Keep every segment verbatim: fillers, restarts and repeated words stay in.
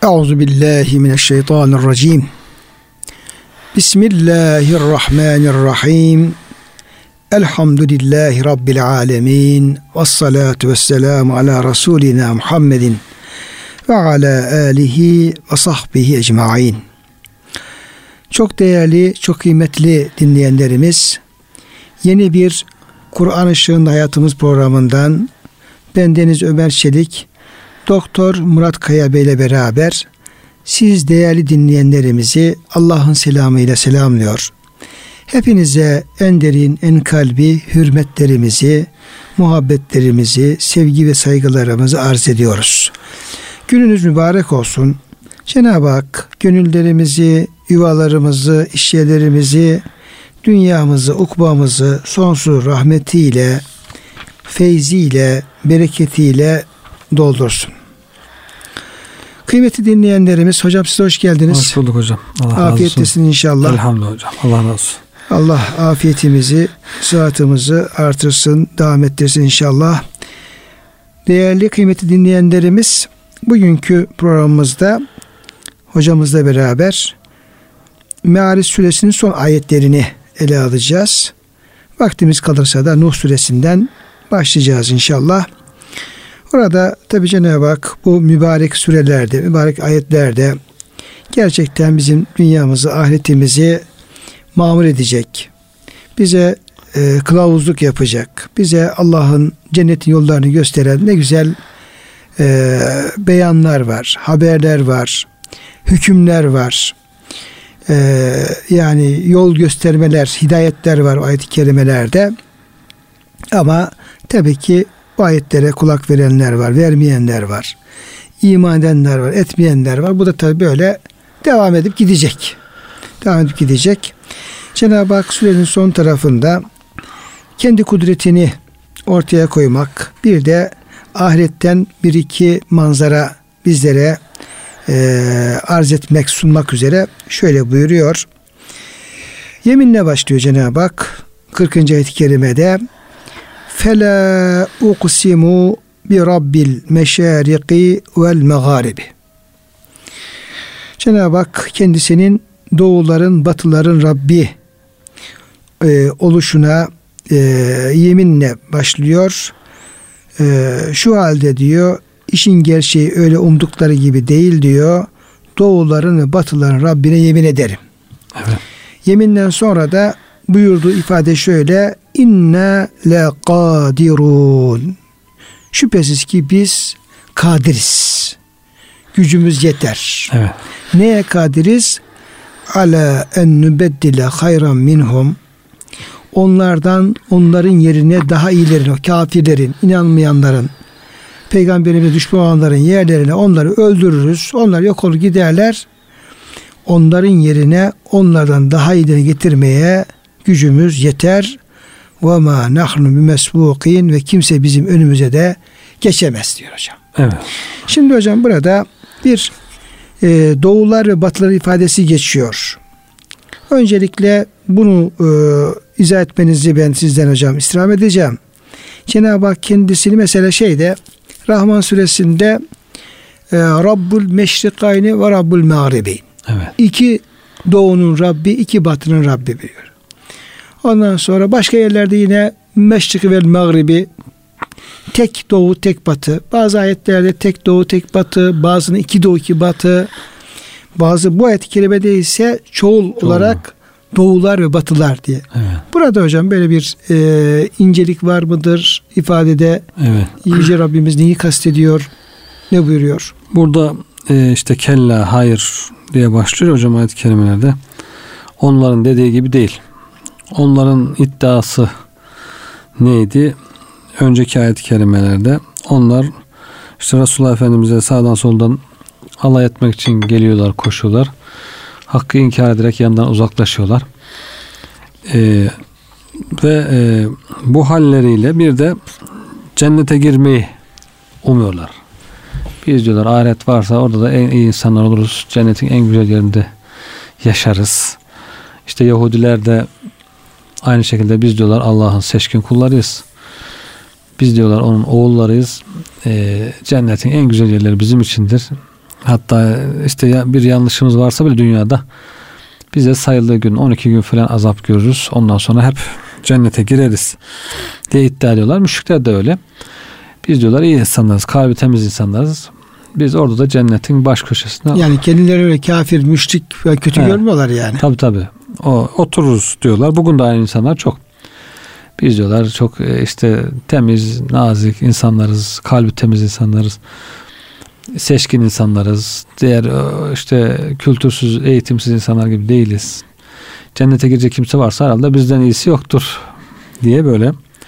Euzubillahimineşşeytanirracim. Bismillahirrahmanirrahim. Elhamdülillahi Rabbil alemin. Vessalatu vesselamu ala Resulina Muhammedin ve ala alihi ve sahbihi ecmain. Çok değerli, çok kıymetli dinleyenlerimiz, yeni bir Kur'an Işığında Hayatımız programından bendeniz Ömer Çelik, Doktor Murat Kaya Bey ile beraber siz değerli dinleyenlerimizi Allah'ın selamıyla selamlıyor. Hepinize en derin, en kalbi hürmetlerimizi, muhabbetlerimizi, sevgi ve saygılarımızı arz ediyoruz. Gününüz mübarek olsun. Cenab-ı Hak gönüllerimizi, yuvalarımızı, işyerlerimizi, dünyamızı, ukbamızı sonsuz rahmetiyle, feyziyle, bereketiyle doldursun. Kıymetli dinleyenlerimiz, hocam size hoş geldiniz. Hoş bulduk hocam. Allah Afiyetlesin inşallah. Elhamdülillah hocam. Allah razı olsun. Allah afiyetimizi, sıhhatimizi artırsın, devam ettirsin inşallah. Değerli kıymetli dinleyenlerimiz, bugünkü programımızda hocamızla beraber Me'ariç suresinin son ayetlerini ele alacağız. Vaktimiz kalırsa da Nuh suresinden başlayacağız inşallah. Orada tabi Cenab-ı Hak bu mübarek surelerde, mübarek ayetlerde gerçekten bizim dünyamızı, ahiretimizi mamur edecek, bize e, kılavuzluk yapacak, bize Allah'ın cennetin yollarını gösteren ne güzel e, beyanlar var, haberler var, hükümler var. E, yani yol göstermeler, hidayetler var ayet-i kerimelerde. Ama tabii ki bu ayetlere kulak verenler var, vermeyenler var. İman edenler var, etmeyenler var. Bu da tabii böyle devam edip gidecek. Devam edip gidecek. Cenab-ı Hak surenin son tarafında kendi kudretini ortaya koymak, bir de ahiretten bir iki manzara bizlere e, arz etmek, sunmak üzere şöyle buyuruyor. Yeminle başlıyor Cenab-ı Hak kırkıncı ayet-i kerimede. فَلَا اُقْسِمُ بِرَبِّ الْمَشَارِقِ وَالْمَغَارِبِ. Cenab-ı Hak kendisinin doğuların, batıların Rabbi e, oluşuna e, yeminle başlıyor. E, şu halde diyor, işin gerçeği öyle umdukları gibi değil diyor. Doğuların ve batıların Rabbine yemin ederim. Evet. Yeminden sonra da buyurduğu ifade şöyle: İnna la kadirun. Şüphesiz ki biz kadiriz. Gücümüz yeter. Evet. Neye kadiriz? Ala en nübeddile hayran minhum. Onlardan, onların yerine daha iyilerin, o kafirlerin, inanmayanların, peygamberimize düşman olanların yerlerine onları öldürürüz. Onlar yok olur giderler. Onların yerine onlardan daha iyilerini getirmeye gücümüz yeter. Ve ma nahnu bimesbuqin, ve kimse bizim önümüze de geçemez diyor hocam. Evet. Şimdi hocam burada bir e, doğular ve batılar ifadesi geçiyor. Öncelikle bunu e, izah etmenizi ben sizden hocam istirham edeceğim. Cenab-ı Hak kendisini mesela şeyde Rahman suresinde e, Rabbul meşrikayni ve Rabbul mağribi. Evet. İki doğunun Rabbi, iki batının Rabbi diyor. Ondan sonra başka yerlerde yine meşrik ve mağribi, tek doğu tek batı. Bazı ayetlerde tek doğu tek batı, bazının iki doğu iki batı. Bazı bu ayet-i kerimede ise çoğul Doğru. olarak doğular ve batılar diye. Evet. Burada hocam böyle bir e, incelik var mıdır ifadede? Evet. Yüce Rabbimiz neyi kastediyor? Ne buyuruyor? Burada e, işte kella, hayır diye başlıyor hocam ayet-i kerimelerde. Onların dediği gibi değil. Onların iddiası neydi? Önceki ayet-i kerimelerde onlar işte Resulullah Efendimiz'e sağdan soldan alay etmek için geliyorlar, koşuyorlar. Hakkı inkar ederek yandan uzaklaşıyorlar. Ee, ve e, bu halleriyle bir de cennete girmeyi umuyorlar. Biz diyorlar ahiret varsa orada da en iyi insanlar oluruz. Cennetin en güzel yerinde yaşarız. İşte Yahudiler de aynı şekilde biz diyorlar Allah'ın seçkin kullarıyız. Biz diyorlar onun oğullarıyız. E, cennetin en güzel yerleri bizim içindir. Hatta işte bir yanlışımız varsa bile dünyada bize sayılı gün, on iki gün falan azap görürüz. Ondan sonra hep cennete gireriz diye iddia ediyorlar. Müşrikler de öyle. Biz diyorlar iyi insanlarız, kalbi temiz insanlarız. Biz orada da cennetin baş köşesinde. Yani kendileri öyle kafir, müşrik ve kötü He. görmüyorlar yani. Tabii tabii. O, otururuz diyorlar. Bugün de aynı insanlar çok. Biz diyorlar çok işte temiz, nazik insanlarız, kalbi temiz insanlarız. Seçkin insanlarız. Diğer işte kültürsüz, eğitimsiz insanlar gibi değiliz. Cennete girecek kimse varsa herhalde bizden iyisi yoktur diye böyle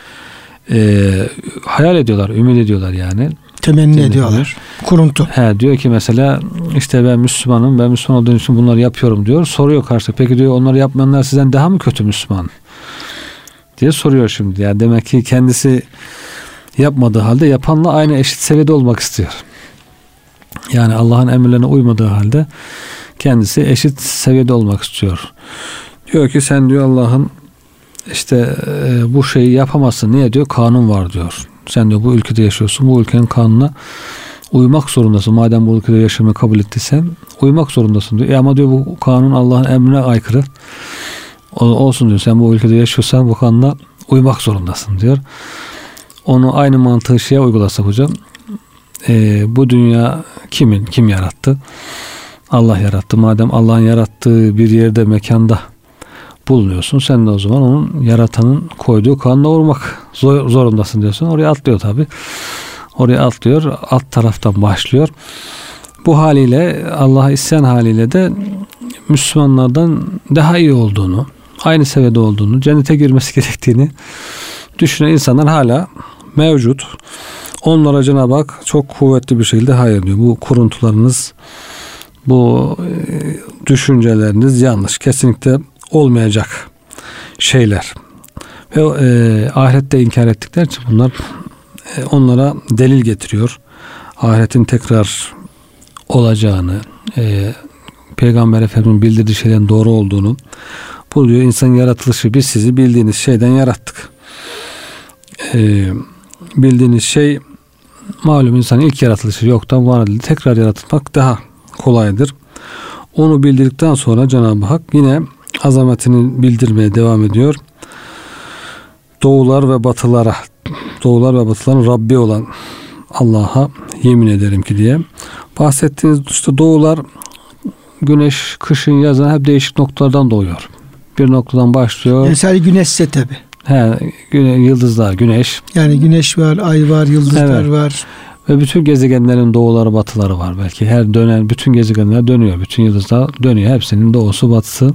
e, hayal ediyorlar, ümit ediyorlar yani. Temenni Cennet ediyorlar. olur. Kuruntu. He, diyor ki mesela işte ben Müslümanım, ben Müslüman olduğum için bunları yapıyorum diyor. Soruyor karşı. Peki diyor onları yapmayanlar sizden daha mı kötü Müslüman? Diye soruyor şimdi. Yani demek ki kendisi yapmadığı halde yapanla aynı eşit seviyede olmak istiyor. Yani Allah'ın emirlerine uymadığı halde kendisi eşit seviyede olmak istiyor. Diyor ki sen diyor Allah'ın işte e, bu şeyi yapamazsın. Niye diyor? Kanun var diyor. Sen diyor bu ülkede yaşıyorsun. Bu ülkenin kanununa uymak zorundasın. Madem bu ülkede yaşamayı kabul ettiysen uymak zorundasın diyor. E ama diyor bu kanun Allah'ın emrine aykırı. O, olsun diyor. Sen bu ülkede yaşıyorsan bu kanuna uymak zorundasın diyor. Onu aynı mantığı şeye uygulasak hocam. E, bu dünya kimin? Kim yarattı? Allah yarattı. Madem Allah'ın yarattığı bir yerde, mekanda bulunuyorsun. Sen de o zaman onun yaratanın koyduğu kanuna uymak zor, zorundasın diyorsun. Oraya atlıyor tabi. Oraya atlıyor. Alt taraftan başlıyor. Bu haliyle Allah'a isyan haliyle de Müslümanlardan daha iyi olduğunu, aynı seviyede olduğunu, cennete girmesi gerektiğini düşünen insanlar hala mevcut. Onlara Cenab-ı Hak çok kuvvetli bir şekilde hayır diyor. Bu kuruntularınız, bu düşünceleriniz yanlış. Kesinlikle olmayacak şeyler. Ve e, ahirette inkar ettikler için bunlar e, onlara delil getiriyor. Ahiretin tekrar olacağını, e, Peygamber Efendimiz'in bildirdiği şeylerin doğru olduğunu, bu diyor insanın yaratılışı, biz sizi bildiğiniz şeyden yarattık. E, bildiğiniz şey malum insanın ilk yaratılışı yoktan var edildi. Tekrar yaratılmak daha kolaydır. Onu bildirdikten sonra Cenab-ı Hak yine azametini bildirmeye devam ediyor. Doğular ve batılara, doğular ve batıların Rabbi olan Allah'a yemin ederim ki diye. Bahsettiğiniz işte doğular, güneş kışın yazın hep değişik noktalardan doğuyor. Bir noktadan başlıyor. Yani sadece güneşse tabi. He, güne, yıldızlar, güneş. Yani güneş var, ay var, yıldızlar evet. var. Ve bütün gezegenlerin doğuları, batıları var. Belki her dönen, bütün gezegenler dönüyor. Bütün yıldızlar dönüyor. Hepsinin doğusu, batısı.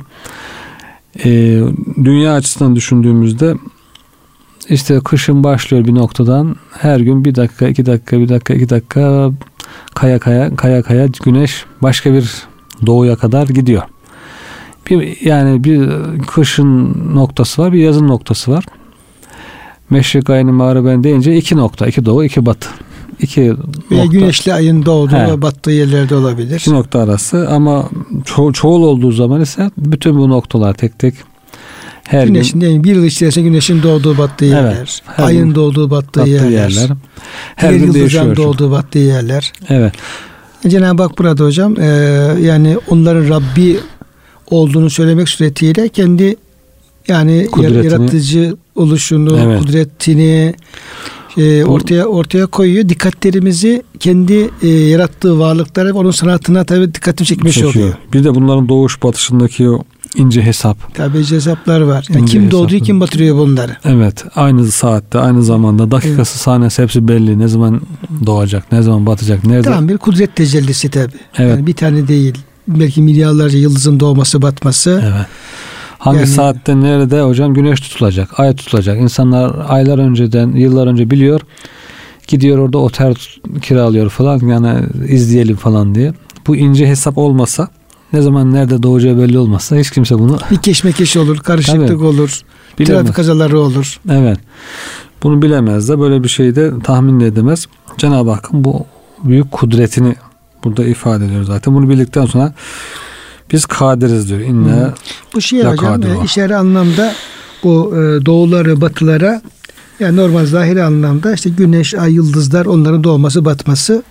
Ee, dünya açısından düşündüğümüzde işte kışın başlıyor bir noktadan. Her gün bir dakika, iki dakika, bir dakika, iki dakika kaya kaya, kaya kaya güneş başka bir doğuya kadar gidiyor. Bir, yani bir kışın noktası var, bir yazın noktası var. Meşrik ayını mağriben deyince iki nokta, iki doğu, iki batı. İki Veya güneşli ayın doğduğu ve battığı yerlerde olabilir. İki nokta arası ama ço- çoğul olduğu zaman ise bütün bu noktalar tek tek her güneşin, gün, yani bir yıl içerisinde güneşin doğduğu battığı yerler, evet, ayın doğduğu battığı, battığı yerler, yerler, her gün yıldızın doğduğu battığı yerler. Evet. Cenab-ı Hak burada hocam e, yani onların Rabbi olduğunu söylemek suretiyle kendi yani kudretini, yaratıcı oluşunu, evet. kudretini e, ortaya ortaya koyuyor. Dikkatlerimizi kendi e, yarattığı varlıklara ve onun sanatına tabii dikkatimi çekmiş çekiyor. oluyor. Bir de bunların doğuş batışındaki o ince hesap. Tabii hesaplar var. Yani kim doğduğu kim batırıyor bunları. Evet. Aynı saatte, aynı zamanda dakikası, evet. saniyesi hepsi belli. Ne zaman doğacak, ne zaman batacak, nerede? Tamam, bir kudret tecellisi tabii. Evet. Yani bir tane değil. Belki milyarlarca yıldızın doğması, batması. Evet. Hangi yani, saatte nerede hocam güneş tutulacak, ay tutulacak. İnsanlar aylar önceden, yıllar önce biliyor. Gidiyor orada otel kiralıyor falan, yani izleyelim falan diye. Bu ince hesap olmasa, ne zaman nerede doğacağı belli olmazsa hiç kimse bunu... Bir keşmekeş olur, karışıklık tabii, olur, bilemez. Trafik kazaları olur. Evet. Bunu bilemez de, böyle bir şeyi de tahmin edemez. Cenab-ı Hakk'ın bu büyük kudretini burada ifade ediyor zaten. Bunu bildikten sonra biz kadiriz diyor. İnne hmm. Bu şey hocam e, işari anlamda bu e, doğular ve batılara, yani normal zahiri anlamda işte güneş, ay, yıldızlar, onların doğması, batması,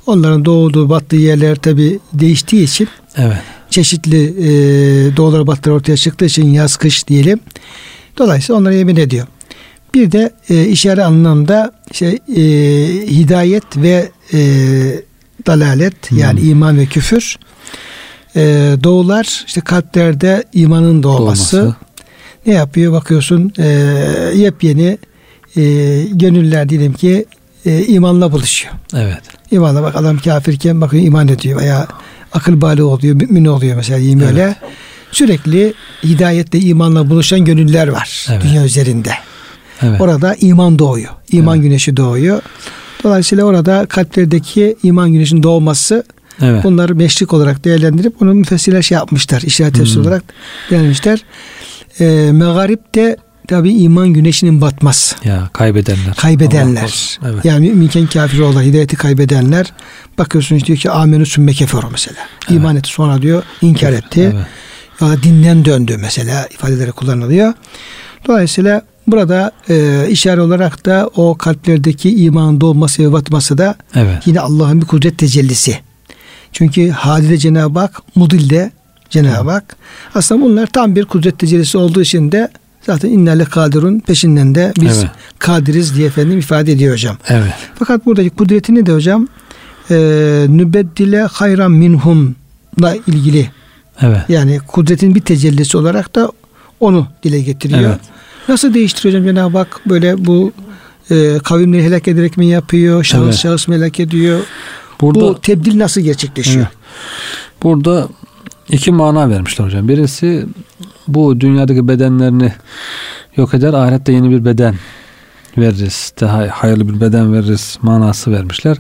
Onların doğduğu battığı yerler tabi değiştiği için evet. çeşitli e, doğular batılar ortaya çıktığı için yaz kış diyelim. Dolayısıyla onlara yemin ediyor. Bir de e, işare anlamda şey, e, hidayet ve e, dalalet hmm. yani iman ve küfür. E, doğular işte kalplerde imanın doğması. doğması. Ne yapıyor? Bakıyorsun e, yepyeni e, gönüller diyelim ki e, imanla buluşuyor. Evet. İmanla bak adam kafirken bakıyor iman ediyor veya akıl balığı oluyor, mümin oluyor mesela diyeyim evet. öyle. Sürekli hidayetle imanla buluşan gönüller var evet. dünya üzerinde. Evet. Orada iman doğuyor. İman evet. güneşi doğuyor. Dolayısıyla orada kalplerdeki iman güneşinin doğması evet. bunları beşlik olarak değerlendirip onu müfessirler şey yapmışlar. İşaret tefsir hmm. olarak değerlendirmişler. E, Megarip de tabi iman güneşinin batması. Ya kaybedenler. Kaybedenler. Evet. Yani müminken kafir olan hidayeti kaybedenler. Bakıyorsunuz diyor ki amenü sümme keferu mesela. Evet. İman etti sonra diyor inkar etti. Evet. Ya dinden döndü mesela ifadeleri kullanılıyor. Dolayısıyla burada e, işare olarak da o kalplerdeki imanın doğması ve batması da evet. yine Allah'ın bir kudret tecellisi. Çünkü hadide Cenab-ı Hak, mudilde Cenab-ı Hak. Aslında bunlar tam bir kudret tecellisi olduğu için de zaten innale kadirun peşinden de biz evet. kadiriz diye efendim ifade ediyor hocam. Evet. Fakat buradaki kudretini de hocam e, nübeddile hayran minhumla ilgili. Evet. Yani kudretin bir tecellisi olarak da onu dile getiriyor. Evet. Nasıl değiştiriyor hocam Cenab-ı Hak böyle bu e, kavimleri helak ederek mi yapıyor? Şahıs evet. şahıs mı helak ediyor? Burada, bu tebdil nasıl gerçekleşiyor? Evet. Burada iki mana vermişler hocam. Birisi bu dünyadaki bedenlerini yok eder, ahirette yeni bir beden veririz. Daha hayırlı bir beden veririz manası vermişler.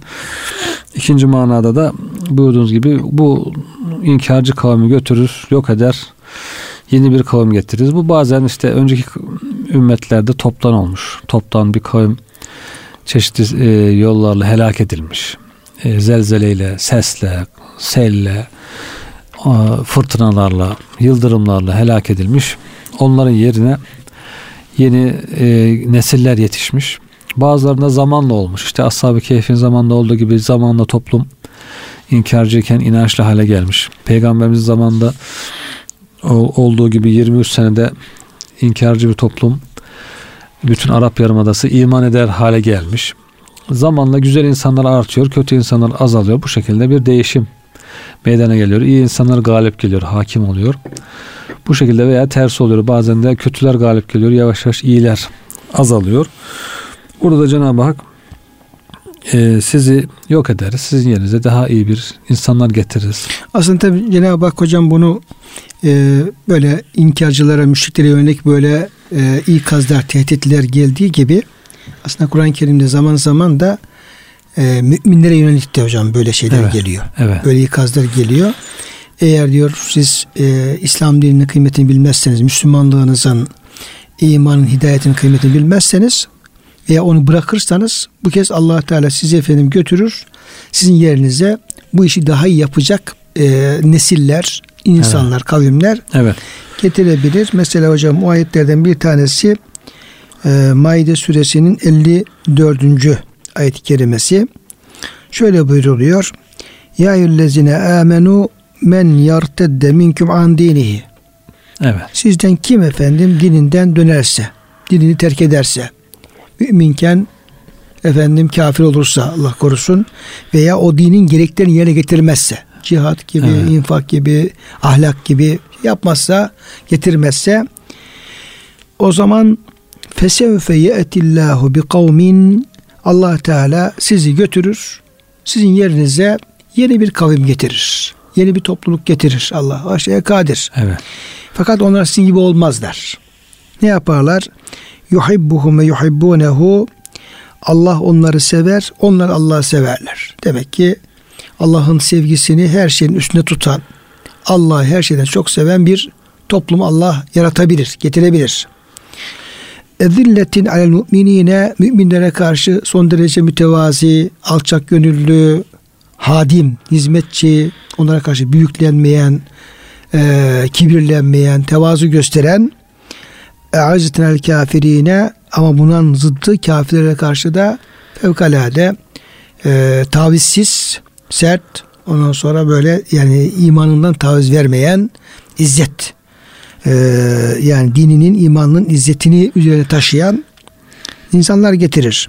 İkinci manada da buyurduğunuz gibi bu inkarcı kavmi götürür, yok eder, yeni bir kavim getiririz. Bu bazen işte önceki ümmetlerde toptan olmuş. Toptan bir kavim çeşitli e, yollarla helak edilmiş. E, zelzeleyle, sesle, selle, e, fırtınalarla, yıldırımlarla helak edilmiş. Onların yerine yeni e, nesiller yetişmiş. Bazılarında zamanla olmuş. İşte Ashab-ı Kehf'in zamanında olduğu gibi zamanla toplum inkarcıyken inançlı hale gelmiş. Peygamberimizin zamanında olduğu gibi yirmi üç senede inkarcı bir toplum, bütün Arap Yarımadası iman eder hale gelmiş. Zamanla güzel insanlar artıyor, kötü insanlar azalıyor. Bu şekilde bir değişim meydana geliyor. İyi insanlar galip geliyor, hakim oluyor. Bu şekilde veya tersi oluyor. Bazen de kötüler galip geliyor, yavaş yavaş iyiler azalıyor. Burada da Cenab-ı Hak e, sizi yok ederiz, sizin yerinize daha iyi bir insanlar getiririz. Aslında tabii Cenab-ı Hak hocam bunu e, böyle inkarcılara, müşriklere yönelik böyle e, ikazlar, tehditler geldiği gibi aslında Kur'an-ı Kerim'de zaman zaman da e, müminlere yönelik de hocam böyle şeyler evet, geliyor. Evet. Böyle ikazlar geliyor. Eğer diyor siz e, İslam dininin kıymetini bilmezseniz, Müslümanlığınızın, imanın, hidayetin kıymetini bilmezseniz veya onu bırakırsanız bu kez Allah Teala sizi efendim götürür. Sizin yerinize bu işi daha iyi yapacak e, nesiller, insanlar, evet. kavimler evet. getirebilir. Mesela hocam o ayetlerden bir tanesi e, Maide suresinin elli dördüncü ayet-i kerimesi. Şöyle buyruluyor. Ya eyyühellezine amenu men yartedde minkum an dinihi. Evet. Sizden kim efendim dininden dönerse, dinini terk ederse, müminken efendim kafir olursa Allah korusun veya o dinin gereklerini yerine getirmezse, cihat gibi, evet. infak gibi, ahlak gibi yapmazsa, getirmezse o zaman fesevfe ye'tillahu bi kavmin, Allah Teala sizi götürür, sizin yerinize yeni bir kavim getirir. Yeni bir topluluk getirir. Allah her şeye kadir. Evet. Fakat onlar sizin gibi olmazlar. Ne yaparlar? Yuhibbuhum ve yuhibbunehu. Allah onları sever, onlar Allah'ı severler. Demek ki Allah'ın sevgisini her şeyin üstünde tutan, Allah'ı her şeyden çok seven bir toplum Allah yaratabilir, getirebilir. Ezilletin alel mu'minine, müminlere karşı son derece mütevazi, alçak gönüllü, hadim, hizmetçi, onlara karşı büyüklenmeyen, e, kibirlenmeyen, tevazu gösteren, azizetinel kafirine, ama bunun zıddı kafirlere karşı da fevkalade e, tavizsiz, sert, ondan sonra böyle yani imanından taviz vermeyen, izzet. Ee, yani dininin, imanının izzetini üzerine taşıyan insanlar getirir.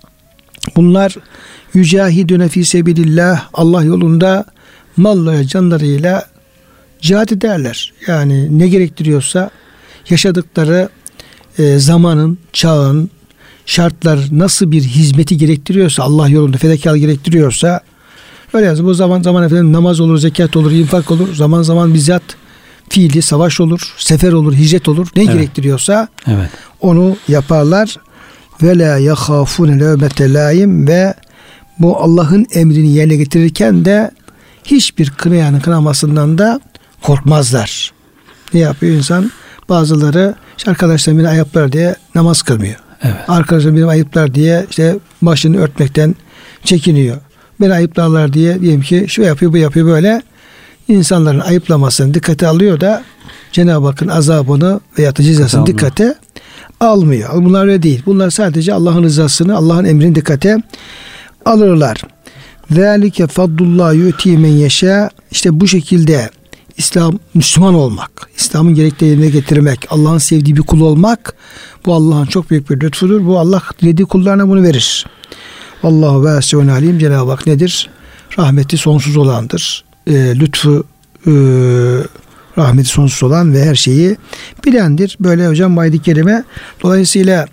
Bunlar yücahidüne fî sebilillah, Allah yolunda malları, canlarıyla cihad ederler. Yani ne gerektiriyorsa yaşadıkları e, zamanın, çağın, şartlar nasıl bir hizmeti gerektiriyorsa, Allah yolunda fedakar gerektiriyorsa öyle yazın. Bu zaman zaman efendim namaz olur, zekat olur, infak olur. Zaman zaman bizzat fiili savaş olur, sefer olur, hicret olur. Ne evet. gerektiriyorsa evet. onu yaparlar. Ve la yahafune levmete laim, ve bu Allah'ın emrini yerine getirirken de hiçbir kınayanın kınamasından da korkmazlar. Ne yapıyor insan? Bazıları işte arkadaşlar beni ayıplar diye namaz kılmıyor. Evet. Arkadaşlar beni ayıplar diye işte başını örtmekten çekiniyor. Beni ayıplarlar diye diyelim ki şu yapıyor, bu yapıyor, böyle insanların ayıplamasını dikkate alıyor da Cenab-ı Hakk'ın azabını veya da cezasını dikkate almıyor. Bunlar öyle değil. Bunlar sadece Allah'ın rızasını, Allah'ın emrini dikkate alırlar. Zalike fadlullah yu'ti men yeşâ. İşte bu şekilde İslam, Müslüman olmak, İslam'ın gerektiği yerine getirmek, Allah'ın sevdiği bir kul olmak, bu Allah'ın çok büyük bir lütfudur. Bu Allah dilediği kullarına bunu verir. Allahu vâsi'un alim. Cenab-ı Hak nedir? Rahmeti sonsuz olandır. E, lütfu e, rahmeti sonsuz olan ve her şeyi bilendir. Böyle hocam ayet-i kerime. Dolayısıyla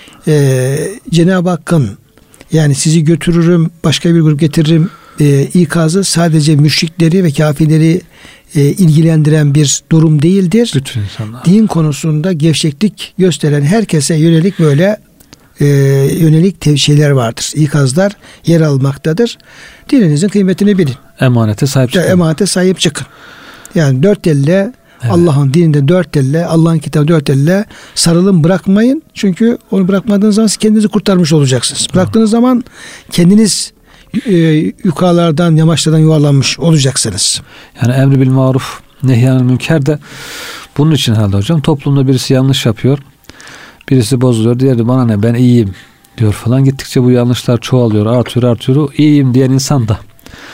e, Cenab-ı Hakk'ın yani sizi götürürüm, başka bir grup getiririm e, ikazı sadece müşrikleri ve kafirleri e, ilgilendiren bir durum değildir. Bütün insanlar. Din konusunda gevşeklik gösteren herkese yönelik böyle e, yönelik tevsiyeler vardır. İkazlar yer almaktadır. Dininizin kıymetini bilin. Emanete sahip çıkın. Emanete sahip çıkın. Yani dört elle evet. Allah'ın dininde dört elle, Allah'ın kitabı dört elle sarılın, bırakmayın. Çünkü onu bırakmadığınız zaman siz kendinizi kurtarmış olacaksınız. Tamam. Bıraktığınız zaman kendiniz e, yukarılardan, yamaçlardan yuvarlanmış olacaksınız. Yani emri bil maruf, nehyanil münker de bunun için herhalde hocam. Toplumda birisi yanlış yapıyor. Birisi bozuluyor. Diğeri de bana ne, ben iyiyim diyor falan. Gittikçe bu yanlışlar çoğalıyor, artıyor, artıyor. İyiyim diyen insan da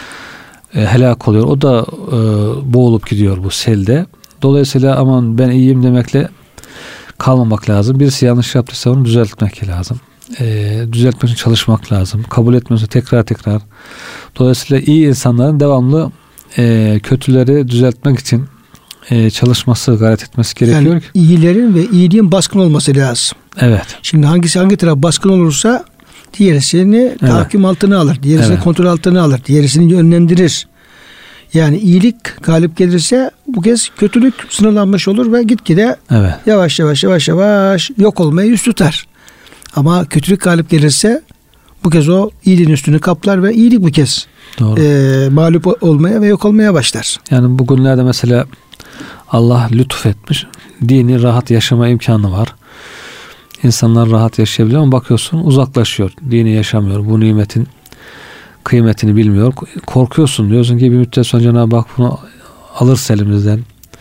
e, helak oluyor. O da e, boğulup gidiyor bu selde. Dolayısıyla aman ben iyiyim demekle kalmamak lazım. Birisi yanlış yaptıysa onu düzeltmek lazım. E, düzeltmek için çalışmak lazım. Kabul etmiyorsa tekrar tekrar. Dolayısıyla iyi insanların devamlı e, kötüleri düzeltmek için e, çalışması, gayret etmesi gerekiyor. Yani iyilerin ve iyiliğin baskın olması lazım. Evet. Şimdi hangisi hangi taraf baskın olursa diğerisini evet. tahkim altına alır. Diğerisini evet. kontrol altına alır. Diğerisini yönlendirir. Yani iyilik galip gelirse bu kez kötülük sınırlanmış olur ve gitgide evet. yavaş yavaş yavaş yavaş yok olmaya yüz tutar. Ama kötülük galip gelirse bu kez o iyiliğin üstünü kaplar ve iyilik bu kez e, mağlup olmaya ve yok olmaya başlar. Yani bugünlerde mesela Allah lütfetmiş. Dini rahat yaşama imkanı var. İnsanlar rahat yaşayabiliyor ama bakıyorsun uzaklaşıyor. Dini yaşamıyor. Bu nimetin kıymetini bilmiyor. Korkuyorsun. Diyorsun ki bir müddet sonra Cenab-ı Hak bunu alırsa elimizden.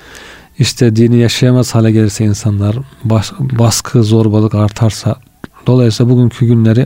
İşte dini yaşayamaz hale gelirse insanlar, bas, baskı, zorbalık artarsa. Dolayısıyla bugünkü günleri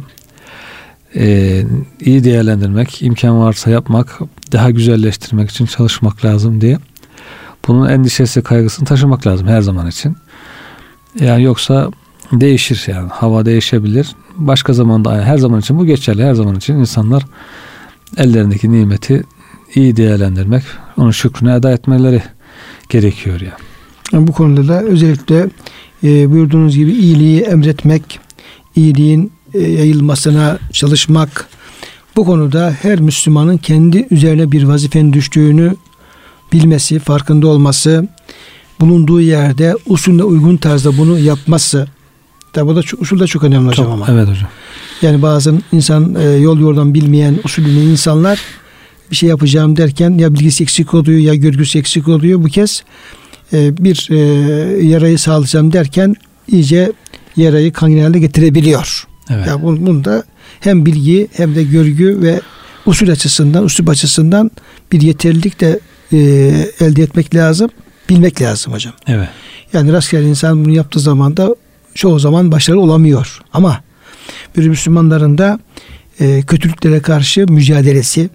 e, iyi değerlendirmek, imkan varsa yapmak, daha güzelleştirmek için çalışmak lazım diye. Bunun endişesi, kaygısını taşımak lazım her zaman için. Yani yoksa değişir yani. Hava değişebilir. Başka zamanda her zaman için bu geçerli. Her zaman için insanlar ellerindeki nimeti iyi değerlendirmek, onun şükrünü eda etmeleri gerekiyor yani. Yani bu konuda da özellikle e, buyurduğunuz gibi iyiliği emretmek, iyiliğin e, yayılmasına çalışmak, bu konuda her Müslümanın kendi üzerine bir vazifenin düştüğünü bilmesi, farkında olması, bulunduğu yerde usulüne uygun tarzda bunu yapması. Tabi bu da usul da çok önemli hocam ama. Evet hocam. Yani bazen insan e, yol yordan bilmeyen usulünü insanlar bir şey yapacağım derken ya bilgisi eksik oluyor ya görgüsü eksik oluyor. Bu kez e, bir e, yarayı sağlayacağım derken iyice yarayı kanser haline getirebiliyor. Evet. Yani bunu, bunu da hem bilgi hem de görgü ve usul açısından, üslup açısından bir yeterlilik de e, elde etmek lazım, bilmek lazım hocam. Evet. Yani rastgele insan bunu yaptığı zaman da çoğu zaman başarılı olamıyor. Ama bir Müslümanların da e, kötülüklere karşı mücadelesi,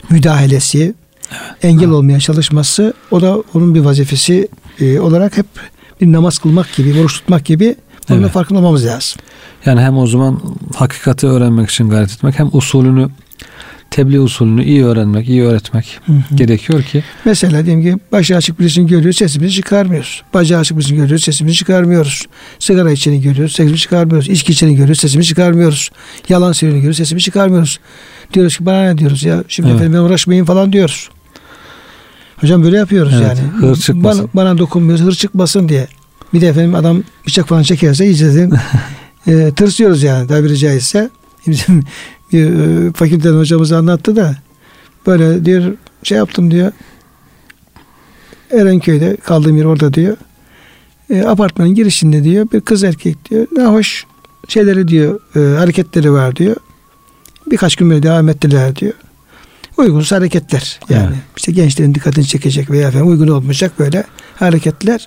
müdahalesi, evet. engel ha. olmaya çalışması, o da onun bir vazifesi e, olarak hep bir namaz kılmak gibi, oruç tutmak gibi bunun evet. farkında olmamız lazım. Yani hem o zaman hakikati öğrenmek için gayret etmek, hem usulünü, tebliğ usulünü iyi öğrenmek, iyi öğretmek hı hı. gerekiyor ki. Mesela diyelim ki başı açık birisini görüyoruz, sesimizi çıkarmıyoruz. Bacağı açık birisini görüyoruz, sesimizi çıkarmıyoruz. Sigara içeni görüyoruz, sesimizi çıkarmıyoruz. İçki içeni görüyoruz, sesimizi çıkarmıyoruz. Yalan söyleyeni görüyoruz, sesimizi çıkarmıyoruz. Diyoruz ki bana ne diyoruz ya, şimdi evet. efendim uğraşmayın falan diyoruz. Hocam böyle yapıyoruz evet, yani. Hır çıkmasın. Bana, bana dokunmuyoruz, hır çıkmasın diye. Bir de efendim adam bıçak falan çekerse iyice e, tırsıyoruz yani tabiri caizse. Bizim bir e, fakülteden hocamız anlattı da böyle diyor şey yaptım diyor. Erenköy'de kaldığım yer orada diyor. E, apartmanın girişinde diyor bir kız erkek diyor. Ne hoş şeyleri diyor e, hareketleri var diyor. Birkaç gün böyle devam ettiler diyor. Uygunsuz hareketler yani. Evet. İşte gençlerin dikkatini çekecek veya efendim uygun olmayacak böyle hareketler.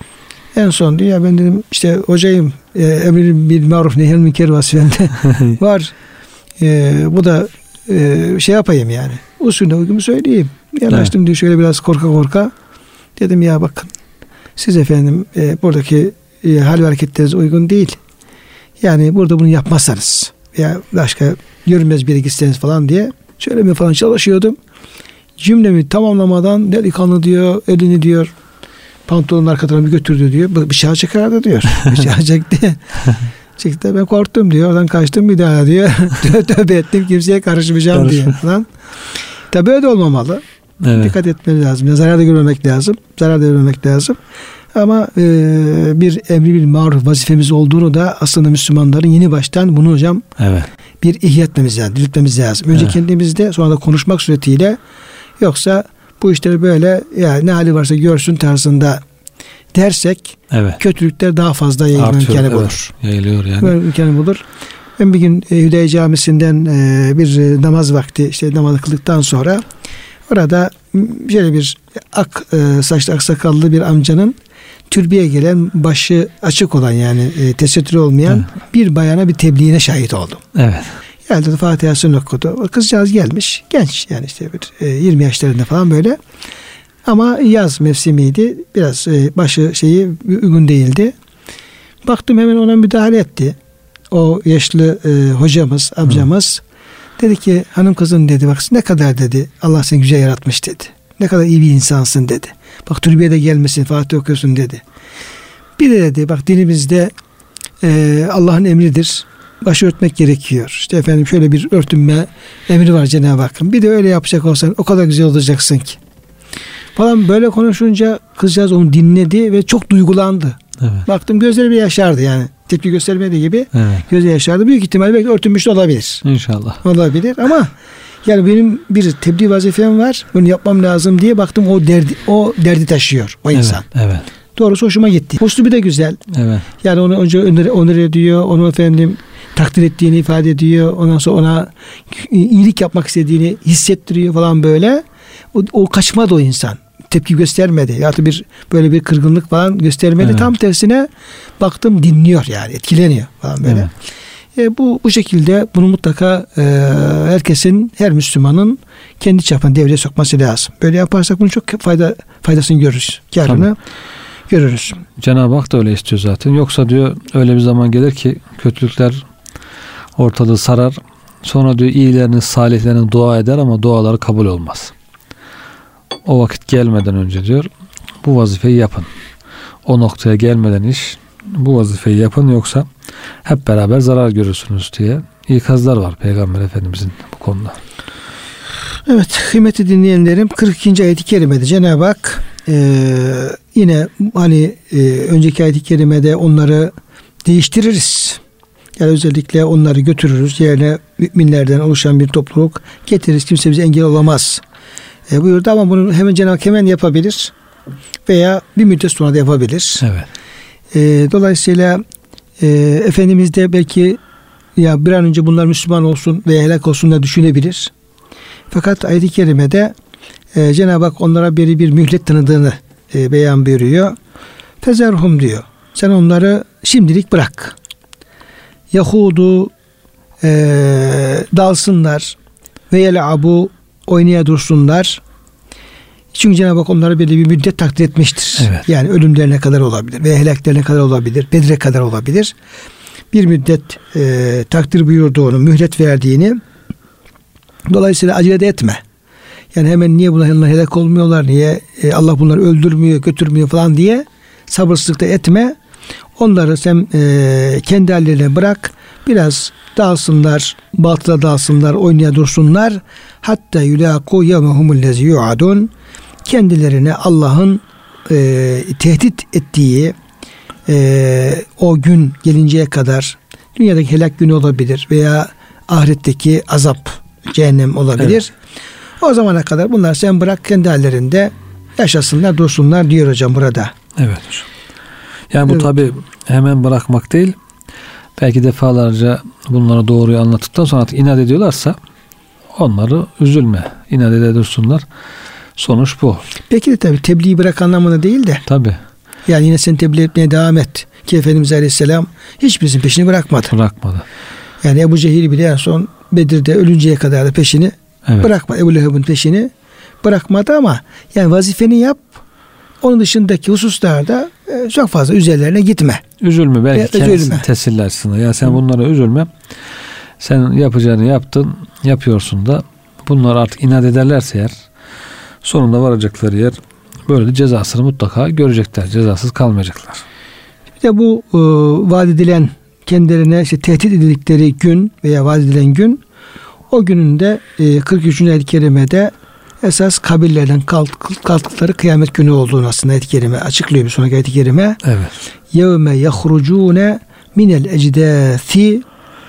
En son diyor ya ben dedim işte hocayım e, emrin bil maruf nehyel münker vazifemde var. E, bu da e, şey yapayım yani. Usulüne uygun söyleyeyim. Yanaştım evet. diyor şöyle biraz korka korka. Dedim ya bakın siz efendim e, buradaki e, hal ve hareketleriniz uygun değil. Yani burada bunu yapmazsanız veya başka görünmez bir yere gitseniz falan diye söylemeye falan çalışıyordum. Cümlemi tamamlamadan delikanlı diyor elini diyor pantolonun arka tarafına götürdü diyor. Bıçağı çıkardı diyor. Bıçağı çekti. Çıktı ben korktum diyor. Oradan kaçtım bir daha diyor. Tövbe ettim kimseye karışmayacağım diye falan. Tabii öyle olmamalı. Evet. Dikkat etmemiz lazım. Zarar da görmemek lazım. Zarar da görmemek lazım. Ama e, bir emri bil maruf vazifemiz olduğunu da aslında Müslümanların yeni baştan bunu hocam evet. bir ihya etmemiz lazım. Diriltmemiz lazım. Önce evet. kendimizde sonra da konuşmak suretiyle yoksa bu işleri böyle yani ne hali varsa görsün tarzında dersek evet. kötülükler daha fazla yayılma imkanı evet. bulur. Yayılıyor yani. Böyle imkanı bulur. Ben bir gün e, Hüdayi Camisi'nden e, bir e, namaz vakti işte namazı kıldıktan sonra orada şöyle bir ak e, saçlı aksakallı bir amcanın türbeye gelen başı açık olan yani e, tesettürü olmayan evet. bir bayana bir tebliğine şahit oldum. Evet. Geldi Fatiha'sını okudu. O kızcağız gelmiş. Genç yani işte bir e, yirmi yaşlarında falan böyle. Ama yaz mevsimiydi. Biraz e, başı şeyi uygun değildi. Baktım hemen ona müdahale etti. O yaşlı e, hocamız, amcamız. Hı. Dedi ki hanım kızım dedi bak ne kadar dedi Allah seni güzel yaratmış dedi. Ne kadar iyi bir insansın dedi. Bak türbeye de gelmesin Fatih okuyorsun dedi. Bir de dedi bak dinimizde e, Allah'ın emridir. Başı örtmek gerekiyor. İşte efendim şöyle bir örtünme emri var Cenab-ı Hakk'ın. Bir de öyle yapacak olsan o kadar güzel olacaksın ki. Falan böyle konuşunca kızcağız onu dinledi ve çok duygulandı. Evet. Baktım gözleri bir yaşardı yani. Tepki göstermediği gibi evet. gözü yaşardı. Büyük ihtimalle belki örtünmüş de olabilir. İnşallah. Olabilir ama yani benim bir tebliğ vazifem var. Bunu yapmam lazım diye baktım o derdi o derdi taşıyor o insan. Evet. evet. Doğrusu hoşuma gitti. Üslubu da güzel. Evet. Yani onu önce onur, onur ediyor. Onu efendim takdir ettiğini ifade ediyor. Ondan sonra ona iyilik yapmak istediğini hissettiriyor falan böyle. O, o kaçmadı o insan. Tepki göstermedi. Ya da bir böyle bir kırgınlık falan göstermedi. Evet. Tam tersine baktım dinliyor yani. Etkileniyor falan böyle. Evet. E, bu bu şekilde bunu mutlaka e, herkesin, her Müslümanın kendi çapına devreye sokması lazım. Böyle yaparsak bunu çok fayda faydasını görürüz. Kârını Tabii. görürüz. Cenab-ı Hak da öyle istiyor zaten. Yoksa diyor öyle bir zaman gelir ki kötülükler ortalığı sarar. Sonra diyor iyilerinin, salihlerinin dua eder ama duaları kabul olmaz. O vakit gelmeden önce diyor bu vazifeyi yapın. O noktaya gelmeden iş bu vazifeyi yapın yoksa hep beraber zarar görürsünüz diye ikazlar var Peygamber Efendimizin bu konuda. Evet kıymetli dinleyenlerim kırk ikinci ayet-i kerimede Cenab-ı Hak e, yine hani e, önceki ayet-i kerimede onları değiştiririz. Yani özellikle onları götürürüz. Yerine müminlerden oluşan bir topluluk getiririz. Kimse bize engel olamaz. E, buyurdu ama bunu hemen Cenab-ı Hak hemen yapabilir. Veya bir müddet sonra da yapabilir. Evet. E, dolayısıyla e, Efendimiz de belki ya bir an önce bunlar Müslüman olsun veya helak olsun da düşünebilir. Fakat ayet-i kerimede e, Cenab-ı Hak onlara bir, bir mühlet tanıdığını e, beyan buyuruyor. Fezerhum diyor. Sen onları şimdilik bırak. Yahudu e, dalsınlar ve yel'abu oynaya dursunlar. Çünkü Cenab-ı Hak onlara belli bir müddet takdir etmiştir. Evet. Yani ölümlerine kadar olabilir veya helaklerine kadar olabilir, Bedir'e kadar olabilir. Bir müddet e, takdir buyurduğunu, mühlet verdiğini, dolayısıyla acele de etme. Yani hemen niye bunlar helak olmuyorlar, niye e, Allah bunları öldürmüyor, götürmüyor falan diye sabırsızlık da etme. Onları sen e, kendi hallerine bırak. Biraz dağılsınlar, batıla dağılsınlar, oynaya dursunlar. Hatta yulâkû yevmehumullezî yu'adun. Kendilerine Allah'ın e, tehdit ettiği e, o gün gelinceye kadar, dünyadaki helak günü olabilir veya ahiretteki azap, cehennem olabilir. Evet. O zamana kadar bunlar sen bırak, kendi hallerinde yaşasınlar, dursunlar diyor hocam burada. Evet hocam. Yani bu evet. tabi hemen bırakmak değil. Belki defalarca bunları doğruyu anlattıktan sonra inat ediyorlarsa onları üzülme. İnat ede dursunlar. Sonuç bu. Peki de tabi tebliği bırak anlamında değil de. Tabi. Yani yine sen tebliğ etmeye devam et. Ki Efendimiz Aleyhisselam hiçbirimizin peşini bırakmadı. Bırakmadı. Yani Ebu Cehil bile en son Bedir'de ölünceye kadar da peşini evet. bırakmadı. Ebu Leheb'in peşini bırakmadı ama yani vazifeni yap. Onun dışındaki hususlarda çok fazla üzerlerine gitme. Üzülme. Belki ya, kendisini tesellersin. Ya sen Hı. bunlara üzülme. Sen yapacağını yaptın. Yapıyorsun da. Bunlar artık inat ederlerse eğer sonunda varacakları yer böyle cezasını mutlaka görecekler. Cezasız kalmayacaklar. Bir de bu e, vaat edilen, kendilerine işte tehdit edildikleri gün veya vaat edilen gün, o günün de e, kırk üçüncü ayet-i kerimede esas kabirlerden kalk, kalktıkları kıyamet günü olduğunu aslında ayet-i kerime açıklıyor, bir sonraki ayet-i kerime. Evet. Yevme yahrucune minel ecdâthi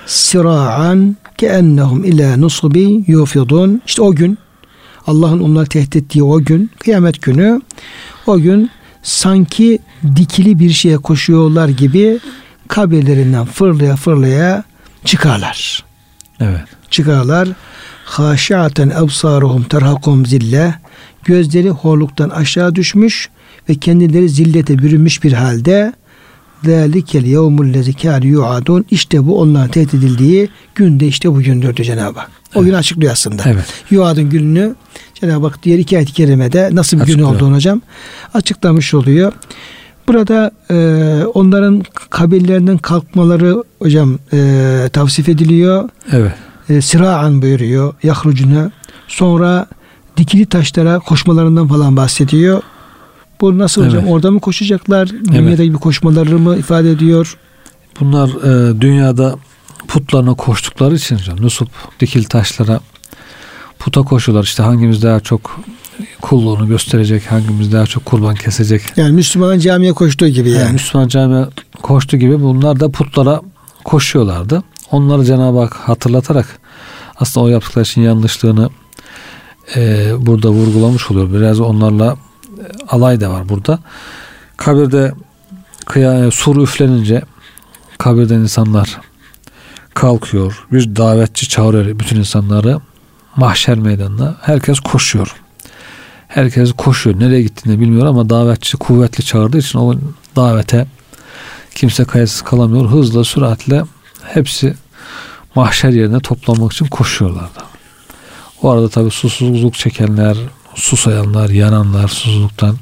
sira'an keennehum ila nusubin yufidun. İşte o gün, Allah'ın onları tehdit ettiği o gün, kıyamet günü, o gün sanki dikili bir şeye koşuyorlar gibi kabirlerinden fırlaya fırlaya çıkarlar. Evet. Çıkarlar. Haşiaten ebsaruhum terhakum zille. Gözleri horluktan aşağı düşmüş ve kendileri zillete bürünmüş bir halde. Zalikel yevmullezî kâne yu'adun. İşte bu onların tehdit edildiği günde işte bugündür diyor Cenab-ı Hak. O evet. gün açıklıyor aslında. Evet. Yu'adun gününü Cenab-ı Hak diğer iki ayet-i kerimede nasıl bir gün olduğunu hocam açıklamış oluyor. Burada e, onların kabirlerinden kalkmaları hocam e, tavsif ediliyor. Evet. E, sira'an buyuruyor. Yahrucuna. Sonra dikili taşlara koşmalarından falan bahsediyor. Bu nasıl hocam? Evet. Orada mı koşacaklar? Dünyadaki evet. bir koşmaları mı ifade ediyor? Bunlar e, dünyada putlarına koştukları için hocam, nusup, dikili taşlara, puta koşuyorlar. İşte hangimiz daha çok kulluğunu gösterecek, hangimiz daha çok kurban kesecek. Yani Müslüman camiye koştuğu gibi yani. yani. Müslüman camiye koştuğu gibi bunlar da putlara koşuyorlardı. Onları Cenab-ı Hak hatırlatarak aslında o yaptıkları için yanlışlığını e, burada vurgulamış oluyor. Biraz onlarla e, alay da var burada. Kabirde kıya, sur üflenince kabirden insanlar kalkıyor. Bir davetçi çağırıyor bütün insanları mahşer meydanına. Herkes koşuyor. Herkes koşuyor. Nereye gittiğini bilmiyor ama davetçi kuvvetli çağırdığı için o davete kimse kayıtsız kalamıyor. Hızla, süratle hepsi mahşer yerine toplanmak için koşuyorlardı. O arada tabii susuzluk çekenler, susayanlar, yananlar susuzluktan,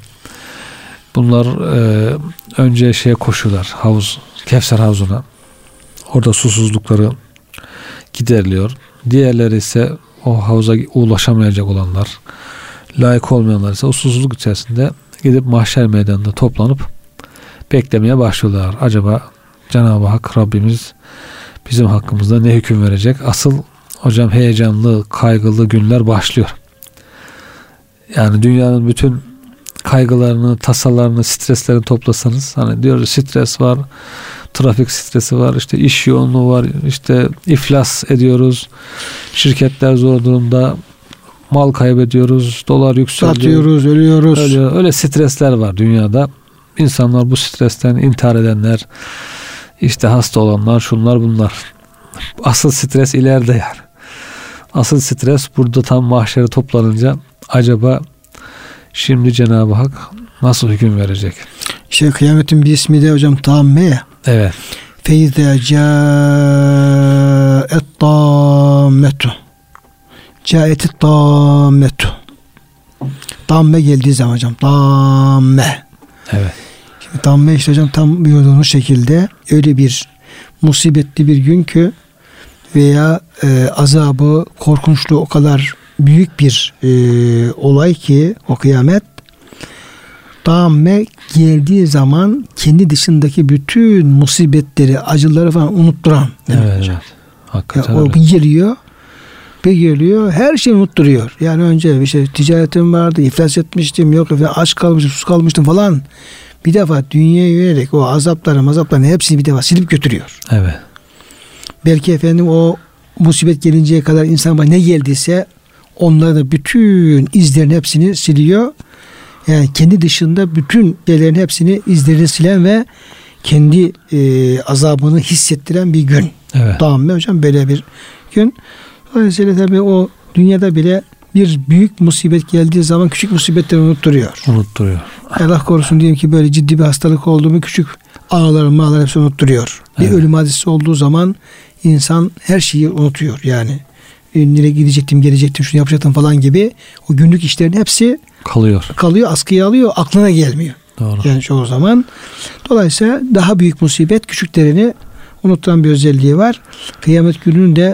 bunlar e, önce şeye koşuyorlar. Havuz, Kevser havuzuna. Orada susuzlukları gideriliyor. Diğerleri ise o havuza ulaşamayacak olanlar, layık olmayanlar ise o susuzluk içerisinde gidip mahşer meydanında toplanıp beklemeye başlıyorlar. Acaba Cenab-ı Hak Rabbimiz bizim hakkımızda ne hüküm verecek? Asıl hocam heyecanlı, kaygılı günler başlıyor. Yani dünyanın bütün kaygılarını, tasalarını, streslerini toplasanız, hani diyoruz stres var, trafik stresi var, işte iş yoğunluğu var, işte iflas ediyoruz, şirketler zor durumda, mal kaybediyoruz, dolar yükseliyor, satıyoruz, ölüyoruz. Öyle, öyle stresler var dünyada. İnsanlar bu stresten intihar edenler, işte hasta olanlar, şunlar bunlar. Asıl stres ileride yani. Asıl stres burada tam mahşere toplanınca acaba şimdi Cenab-ı Hak nasıl hüküm verecek? İşte kıyametin bir ismi de hocam tamme ya. Evet. Feyze câet tâmmetu. Caeti dammetu. Damme geldiği zaman hocam. Damme. Evet. Şimdi damme işte hocam tam buyurduğunuz şekilde öyle bir musibetli bir gün ki veya e, azabı, korkunçluğu o kadar büyük bir e, olay ki o kıyamet. Damme geldiği zaman kendi dışındaki bütün musibetleri, acıları falan unutturan. Evet, evet. Hakikaten ya, o öyle. bir geliyor, bir geliyor, her şeyi unutturuyor. Yani önce bir şey ticaretim vardı, iflas etmiştim, yok efendim, aç kalmıştım, sus kalmıştım falan. Bir defa dünyaya yönelik o azapları, mazapların hepsini bir defa silip götürüyor. Evet. Belki efendim o musibet gelinceye kadar insan ne geldiyse onları da bütün izlerin hepsini siliyor. Yani kendi dışında bütün şeylerin hepsini izlerini silen ve kendi e, azabını hissettiren bir gün. Evet. Tamam mı hocam? Böyle bir gün. Dolayısıyla tabii o dünyada bile bir büyük musibet geldiği zaman küçük musibetleri unutturuyor. Unutturuyor. Allah korusun diyelim ki böyle ciddi bir hastalık oldu mu küçük ağlar mağlar hepsini unutturuyor. Evet. Bir ölüm hadisi olduğu zaman insan her şeyi unutuyor yani. Nereye gidecektim, gelecektim, şunu yapacaktım falan gibi o günlük işlerin hepsi kalıyor. Kalıyor, askıya alıyor, aklına gelmiyor. Doğru. Yani çoğu zaman. Dolayısıyla daha büyük musibet küçüklerini unutulan bir özelliği var. Kıyamet gününün de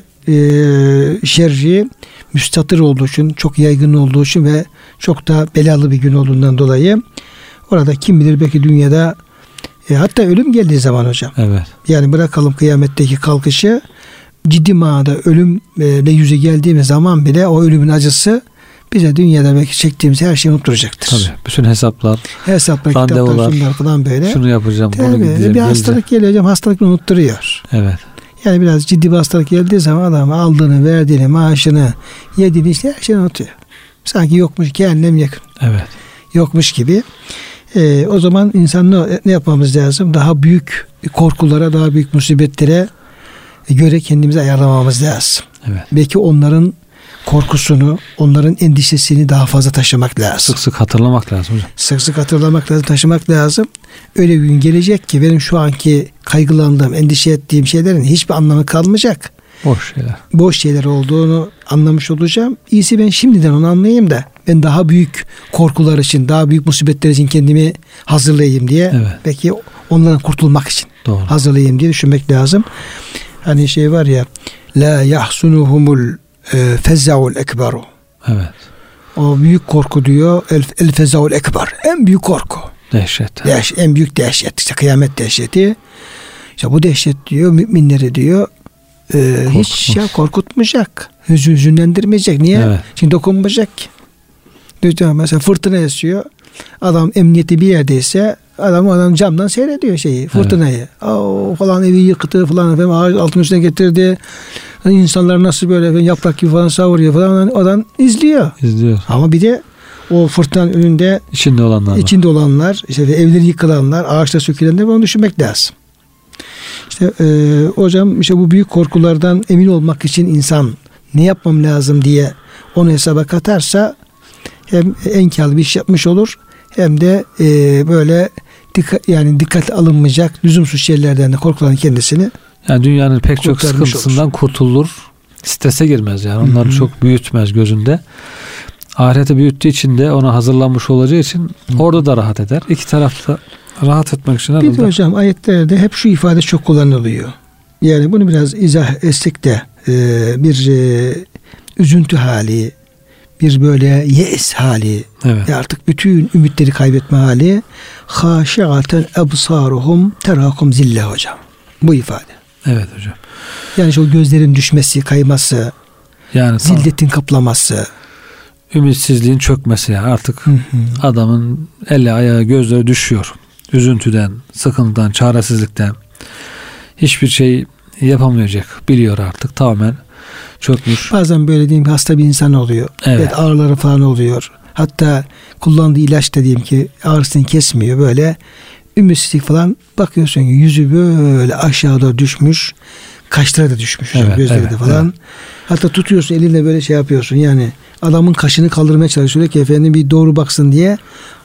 e, şerri müstatır olduğu için, çok yaygın olduğu için ve çok da belalı bir gün olduğundan dolayı orada kim bilir belki dünyada e, hatta ölüm geldiği zaman hocam. Evet. Yani bırakalım kıyametteki kalkışı, ciddi manada ölümle yüze geldiğimiz zaman bile o ölümün acısı bize dünyada belki çektiğimiz her şeyi unutturacaktır. Tabii. Bütün hesaplar, hesaplar, kitaplar, şunlar falan böyle. Şunu yapacağım, tabii, bunu gideceğim. bir hastalık geliyor hocam, hastalık unutturuyor. Evet. Yani biraz ciddi bir hastalık geldiği zaman adam aldığını, verdiğini, maaşını, yediğini işte her şeyi unutuyor. Sanki yokmuş, kendine yakın. Evet. Yokmuş gibi. Ee, o zaman insan ne, ne yapmamız lazım? Daha büyük korkulara, daha büyük musibetlere göre kendimizi ayarlamamız lazım. Evet. Belki onların korkusunu, onların endişesini daha fazla taşımak lazım. Sık sık hatırlamak lazım hocam. Sık sık hatırlamak lazım, taşımak lazım. Öyle bir gün gelecek ki benim şu anki kaygılandığım, endişe ettiğim şeylerin hiçbir anlamı kalmayacak. Boş şeyler. Boş şeyler olduğunu anlamış olacağım. İyisi ben şimdiden onu anlayayım da ben daha büyük korkular için, daha büyük musibetler için kendimi hazırlayayım diye. Evet. Belki onlardan kurtulmak için Doğru. hazırlayayım diye düşünmek lazım. Hani şey var ya, la yahsunuhumul e, fezza'ul ekberu. Evet. O büyük korku diyor. El, el fezza'ul ekber. En büyük korku. Dehşet. Dehşet, en büyük dehşet. İşte kıyamet dehşeti. İşte bu dehşet diyor müminleri diyor e, hiç şey korkutmayacak. Hüzün, hüzünlendirmeyecek. Niye? Evet. Şimdi dokunmayacak ki. Diyor, mesela fırtına esiyor. Adam emniyeti bir yerdeyse adam adam camdan seyrediyor şeyi, fırtınayı. Evet. Aa, falan evi yıktı falan efendim, ağaç altın üstüne getirdi. İnsanlar nasıl böyle efendim, yaprak gibi falan savuruyor falan, adam izliyor. İzliyor. Ama bir de o fırtınanın önünde içinde olanlar, içinde olanlar, işte evleri yıkılanlar, ağaçlar sökülenler, onu düşünmek lazım. İşte e, hocam işte bu büyük korkulardan emin olmak için insan ne yapmam lazım diye onu hesaba katarsa hem enkarlı bir iş yapmış olur, hem de e, böyle dikkat, yani dikkat alınmayacak lüzumsuz şeylerden de korkulan kendisini, yani dünyanın pek çok sıkıntısından olur. Kurtulur. Strese girmez yani. Onları Hı-hı. çok büyütmez gözünde. Ahireti büyüttüğü için de ona hazırlanmış olacağı için Hı-hı. orada da rahat eder. İki tarafta rahat etmek için. Bir de hocam ayetlerde hep şu ifade çok kullanılıyor. Yani bunu biraz izah etsek de e, bir e, üzüntü hali, bir böyle yes hali, evet. artık bütün ümitleri kaybetme hali. Haşiaten ebsaruhum terakum zille hocam. Bu ifade. Evet hocam. Yani şu gözlerin düşmesi, kayması, yani zilletin kaplaması, ümitsizliğin çökmesi, yani artık hı hı. adamın eli ayağı gözleri düşüyor. Üzüntüden, sıkıntıdan, çaresizlikten hiçbir şey yapamayacak. Biliyor artık, tamamen çökmüş. Bazen böyle diyeyim hasta bir insan oluyor. Evet. Evet, ağrıları falan oluyor. Hatta kullandığı ilaç da diyeyim ki ağrısını kesmiyor. Böyle ümitsizlik falan, bakıyorsun ki yüzü böyle aşağıda düşmüş. Kaşları da düşmüş. Evet, gözleri evet, de falan. Evet. Hatta tutuyorsun elinle böyle şey yapıyorsun. Yani adamın kaşını kaldırmaya çalışıyor ki efendim bir doğru baksın diye,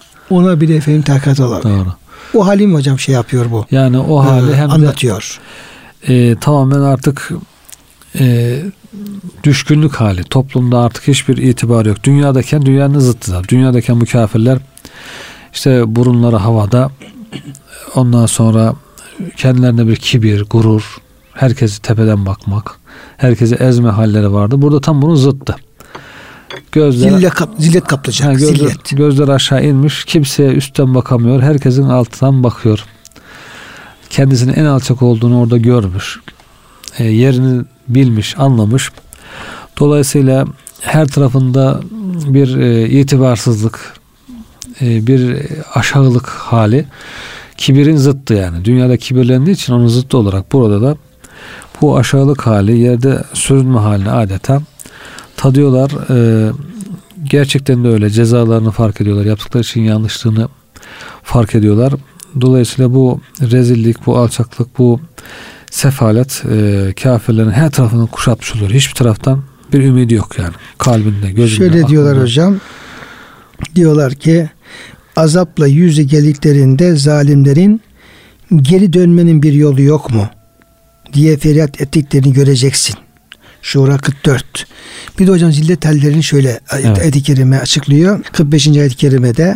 ona bile efendim takat olamıyor. Doğru. O halim hocam şey yapıyor bu. Yani o hali ee, hem anlatıyor. De, e, tamamen artık e, düşkünlük hali. Toplumda artık hiçbir itibar yok. Dünyadayken dünyanın zıttı da. Dünyadayken bu kafirler işte burunları havada, ondan sonra kendilerine bir kibir, gurur, herkesi tepeden bakmak, herkesi ezme halleri vardı. Burada tam bunun zıttı. Gözler, zillet, kap, zillet kaplayacak. Yani gözler, zillet. gözler aşağı inmiş. Kimseye üstten bakamıyor. Herkesin altından bakıyor. Kendisinin en alçak olduğunu orada görmüş. E, yerini bilmiş, anlamış. Dolayısıyla her tarafında bir e, itibarsızlık, e, bir aşağılık hali. Kibirin zıttı yani. Dünyada kibirlendiği için onun zıttı olarak burada da bu aşağılık hali, yerde sürünme halini adeta tadıyorlar. Ee, gerçekten de öyle. Cezalarını fark ediyorlar. Yaptıkları için yanlışlığını fark ediyorlar. Dolayısıyla bu rezillik, bu alçaklık, bu sefalet e, kafirlerin her tarafını kuşatmış oluyor. Hiçbir taraftan bir ümidi yok yani. Kalbinde, gözünde. Şöyle aklında. diyorlar hocam. Diyorlar ki azapla yüzü geldiklerinde zalimlerin geri dönmenin bir yolu yok mu diye feryat ettiklerini göreceksin. Şura kırk dört. Bir de hocam zillet hallerini şöyle evet. ayet-i kerime açıklıyor. kırk beşinci ayet-i kerimede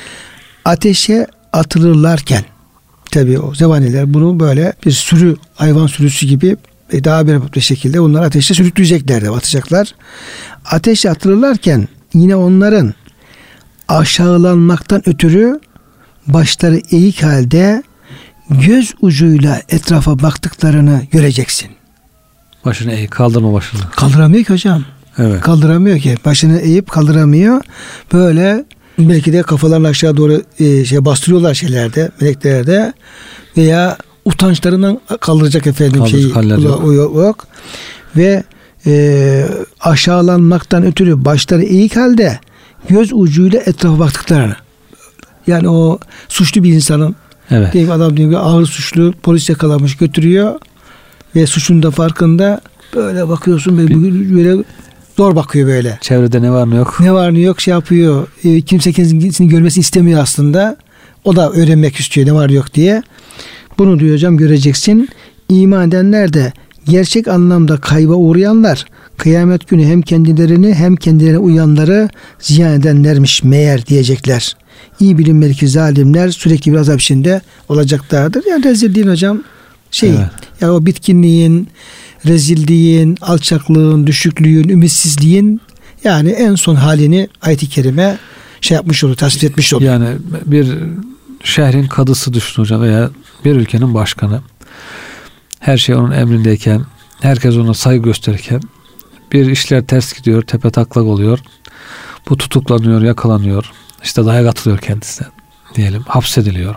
ateşe atılırlarken, tabii o zevaniler bunu böyle bir sürü, hayvan sürüsü gibi daha bir şekilde onları ateşe sürükleyecekler de atacaklar. Ateşe atılırlarken yine onların aşağılanmaktan ötürü başları eğik halde göz ucuyla etrafa baktıklarını göreceksin. Başını eğik, kaldırma başını. Kaldıramıyor ki hocam. Evet. Kaldıramıyor ki. Başını eğip kaldıramıyor. Böyle belki de kafalarını aşağı doğru e, şey bastırıyorlar şeylerde, meleklerde veya utançlarından kaldıracak efendim şeyi yok. yok. Ve e, aşağılanmaktan ötürü başları eğik halde göz ucuyla etrafa baktıklarını. Yani o suçlu bir insanın, evet. diyelim adam diyor ki ağır suçlu, polis yakalamış götürüyor ve suçun da farkında, böyle bakıyorsun böyle, böyle zor bakıyor böyle. Çevrede ne var ne yok. Ne var ne yok şey yapıyor. E, kimse kendisini görmesini istemiyor aslında. O da öğrenmek istiyor ne var yok diye. Bunu diyor hocam göreceksin. İman edenler de gerçek anlamda kayba uğrayanlar kıyamet günü hem kendilerini hem kendilerine uyanları ziyan edenlermiş meğer diyecekler. İyi bilinmeli ki zalimler sürekli bir azap içinde olacaklardır. Yani rezilliğin hocam şey evet. ya o bitkinliğin, rezilliğin, alçaklığın, düşüklüğün, ümitsizliğin yani en son halini ayet-i kerime şey yapmış olur, tasvir etmiş olur. Yani bir şehrin kadısı düşün hocam veya bir ülkenin başkanı. Her şey onun emrindeyken, herkes ona saygı gösterirken bir işler ters gidiyor, tepe taklak oluyor. Bu tutuklanıyor, yakalanıyor. İşte dayak atılıyor kendisine diyelim. Hapsediliyor.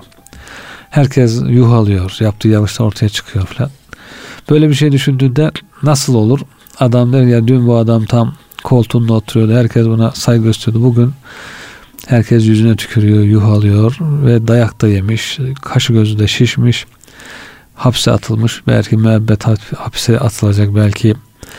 Herkes yuh alıyor. Yaptığı yanlışlar ortaya çıkıyor falan. Böyle bir şey düşündüğünde nasıl olur? Adam der ya dün bu adam tam koltuğunda oturuyordu. Herkes buna saygı gösteriyordu. Bugün herkes yüzüne tükürüyor, yuh alıyor ve dayak da yemiş. Kaşı gözü de şişmiş. Hapse atılmış. Belki müebbet hapse atılacak. Belki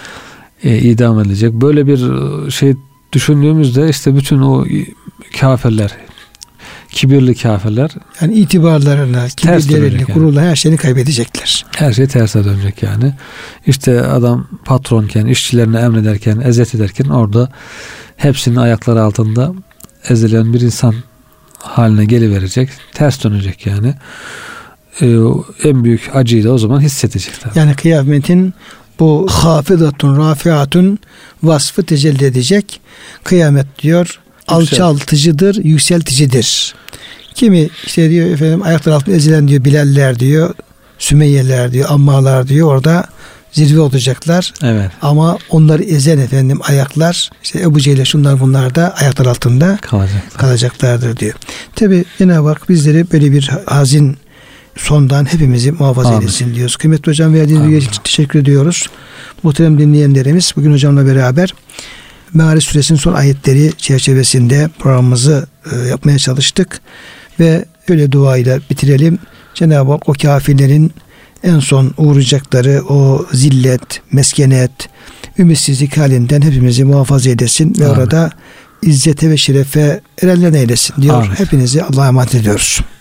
e, idam edilecek. Böyle bir şey düşündüğümüzde işte bütün o kafirler, kibirli kafirler yani itibarlarına, kibirlerini, gururlarına yani. Her şeyini kaybedecekler. Her şey terse dönecek yani. İşte adam patronken, işçilerine emrederken, eziyet ederken orada hepsinin ayakları altında ezilen bir insan haline geliverecek. Ters dönecek yani. Ee, en büyük acıyı da o zaman hissedecekler. Yani kıyametin bu hafidatun rafiatun vasfı tecelli edecek. Kıyamet diyor alçaltıcıdır, yükselticidir. Kimi işte diyor efendim ayaklar altında ezilen diyor Bilaller diyor, Sümeyyeler diyor, Ammalar diyor orada zirve olacaklar. Evet. Ama onları ezen efendim ayaklar işte Ebu Cehil şunlar bunlar da ayaklar altında kalacaklar. kalacaklardır diyor. Tabi Cenab-ı Hak bizleri böyle bir hazin sondan hepimizi muhafaza Amin. Eylesin diyoruz. Kıymetli hocam verdiğiniz bilgiler için teşekkür ediyoruz. Muhterem dinleyenlerimiz bugün hocamla beraber Me'ariç suresinin son ayetleri çerçevesinde programımızı e, yapmaya çalıştık ve böyle duayla bitirelim. Cenab-ı Hak o kafirlerin en son uğrayacakları o zillet, meskenet, ümitsizlik halinden hepimizi muhafaza edesin ve Amin. Orada izzete ve şerefe erenlerine eylesin diyor. Amin. Hepinizi Allah'a emanet ediyoruz.